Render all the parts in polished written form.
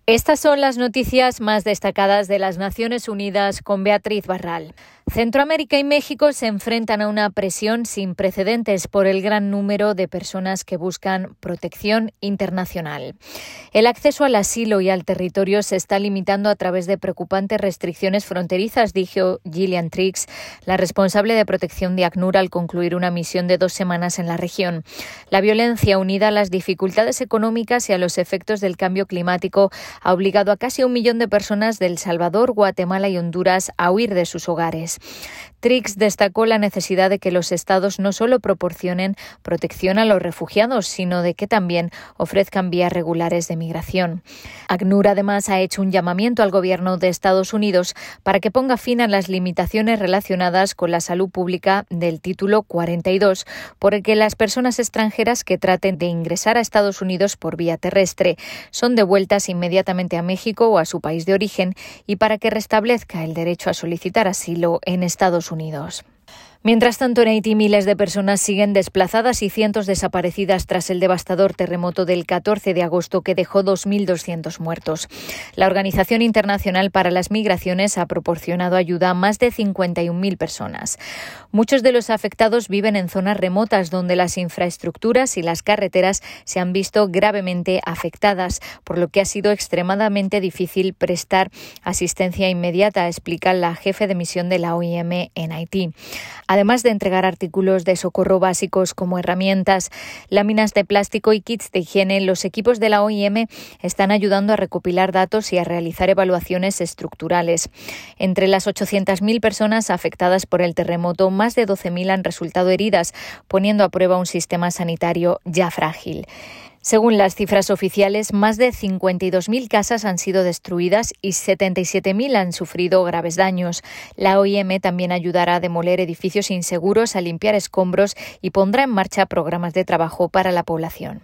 Estas son las noticias más destacadas de las Naciones Unidas con Beatriz Barral. Centroamérica y México se enfrentan a una presión sin precedentes por el gran número de personas que buscan protección internacional. El acceso al asilo y al territorio se está limitando a través de preocupantes restricciones fronterizas, dijo Gillian Triggs, la responsable de protección de ACNUR, al concluir una misión de 2 semanas en la región. La violencia, unida a las dificultades económicas y a los efectos del cambio climático, ha obligado a casi 1 millón de personas de El Salvador, Guatemala y Honduras a huir de sus hogares. Triggs destacó la necesidad de que los estados no solo proporcionen protección a los refugiados, sino de que también ofrezcan vías regulares de migración. ACNUR además ha hecho un llamamiento al gobierno de Estados Unidos para que ponga fin a las limitaciones relacionadas con la salud pública del título 42, por el que las personas extranjeras que traten de ingresar a Estados Unidos por vía terrestre son devueltas inmediatamente a México o a su país de origen, y para que restablezca el derecho a solicitar asilo en Estados Unidos. Mientras tanto, en Haití, miles de personas siguen desplazadas y cientos desaparecidas tras el devastador terremoto del 14 de agosto que dejó 2.200 muertos. La Organización Internacional para las Migraciones ha proporcionado ayuda a más de 51.000 personas. Muchos de los afectados viven en zonas remotas donde las infraestructuras y las carreteras se han visto gravemente afectadas, por lo que ha sido extremadamente difícil prestar asistencia inmediata, explica la jefe de misión de la OIM en Haití. Además de entregar artículos de socorro básicos como herramientas, láminas de plástico y kits de higiene, los equipos de la OIM están ayudando a recopilar datos y a realizar evaluaciones estructurales. Entre las 800.000 personas afectadas por el terremoto, más de 12.000 han resultado heridas, poniendo a prueba un sistema sanitario ya frágil. Según las cifras oficiales, más de 52.000 casas han sido destruidas y 77.000 han sufrido graves daños. La OIM también ayudará a demoler edificios inseguros, a limpiar escombros y pondrá en marcha programas de trabajo para la población.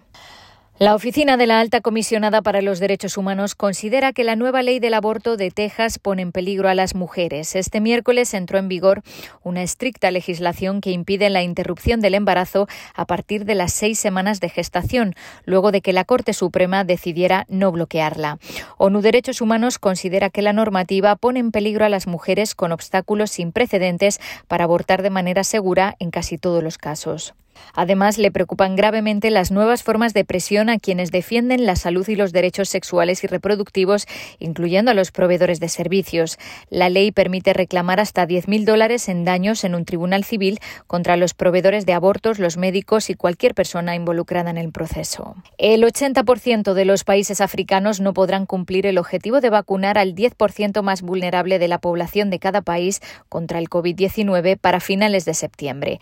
La Oficina de la Alta Comisionada para los Derechos Humanos considera que la nueva ley del aborto de Texas pone en peligro a las mujeres. Este miércoles entró en vigor una estricta legislación que impide la interrupción del embarazo a partir de las 6 semanas de gestación, luego de que la Corte Suprema decidiera no bloquearla. ONU Derechos Humanos considera que la normativa pone en peligro a las mujeres con obstáculos sin precedentes para abortar de manera segura en casi todos los casos. Además, le preocupan gravemente las nuevas formas de presión a quienes defienden la salud y los derechos sexuales y reproductivos, incluyendo a los proveedores de servicios. La ley permite reclamar hasta $10.000 en daños en un tribunal civil contra los proveedores de abortos, los médicos y cualquier persona involucrada en el proceso. El 80% de los países africanos no podrán cumplir el objetivo de vacunar al 10% más vulnerable de la población de cada país contra el COVID-19 para finales de septiembre.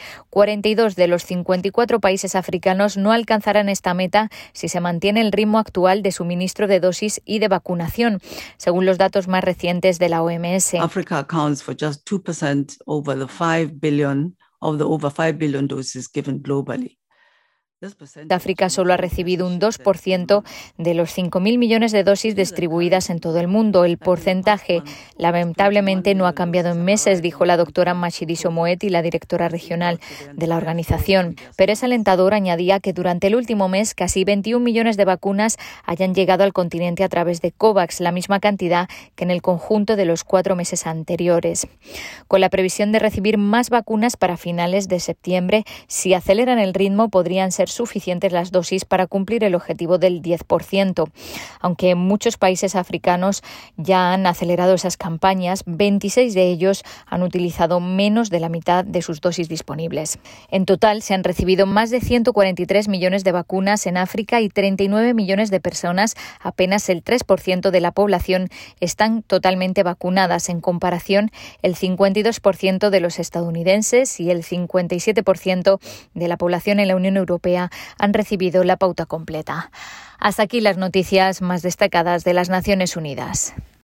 42 de los 54 países africanos no alcanzarán esta meta si se mantiene el ritmo actual de suministro de dosis y de vacunación, según los datos más recientes de la OMS. Africa accounts for just 2% of the over 5 billion doses given globally. África solo ha recibido un 2% de los 5.000 millones de dosis distribuidas en todo el mundo. El porcentaje, lamentablemente, no ha cambiado en meses, dijo la doctora Matshidiso Moeti, la directora regional de la organización. Pero es alentador, añadía, que durante el último mes casi 21 millones de vacunas hayan llegado al continente a través de COVAX, la misma cantidad que en el conjunto de los 4 meses anteriores. Con la previsión de recibir más vacunas para finales de septiembre, si aceleran el ritmo, podrían ser suficientes las dosis para cumplir el objetivo del 10%. Aunque muchos países africanos ya han acelerado esas campañas, 26 de ellos han utilizado menos de la mitad de sus dosis disponibles. En total, se han recibido más de 143 millones de vacunas en África y 39 millones de personas, apenas el 3% de la población, están totalmente vacunadas. En comparación, el 52% de los estadounidenses y el 57% de la población en la Unión Europea han recibido la pauta completa. Hasta aquí las noticias más destacadas de las Naciones Unidas.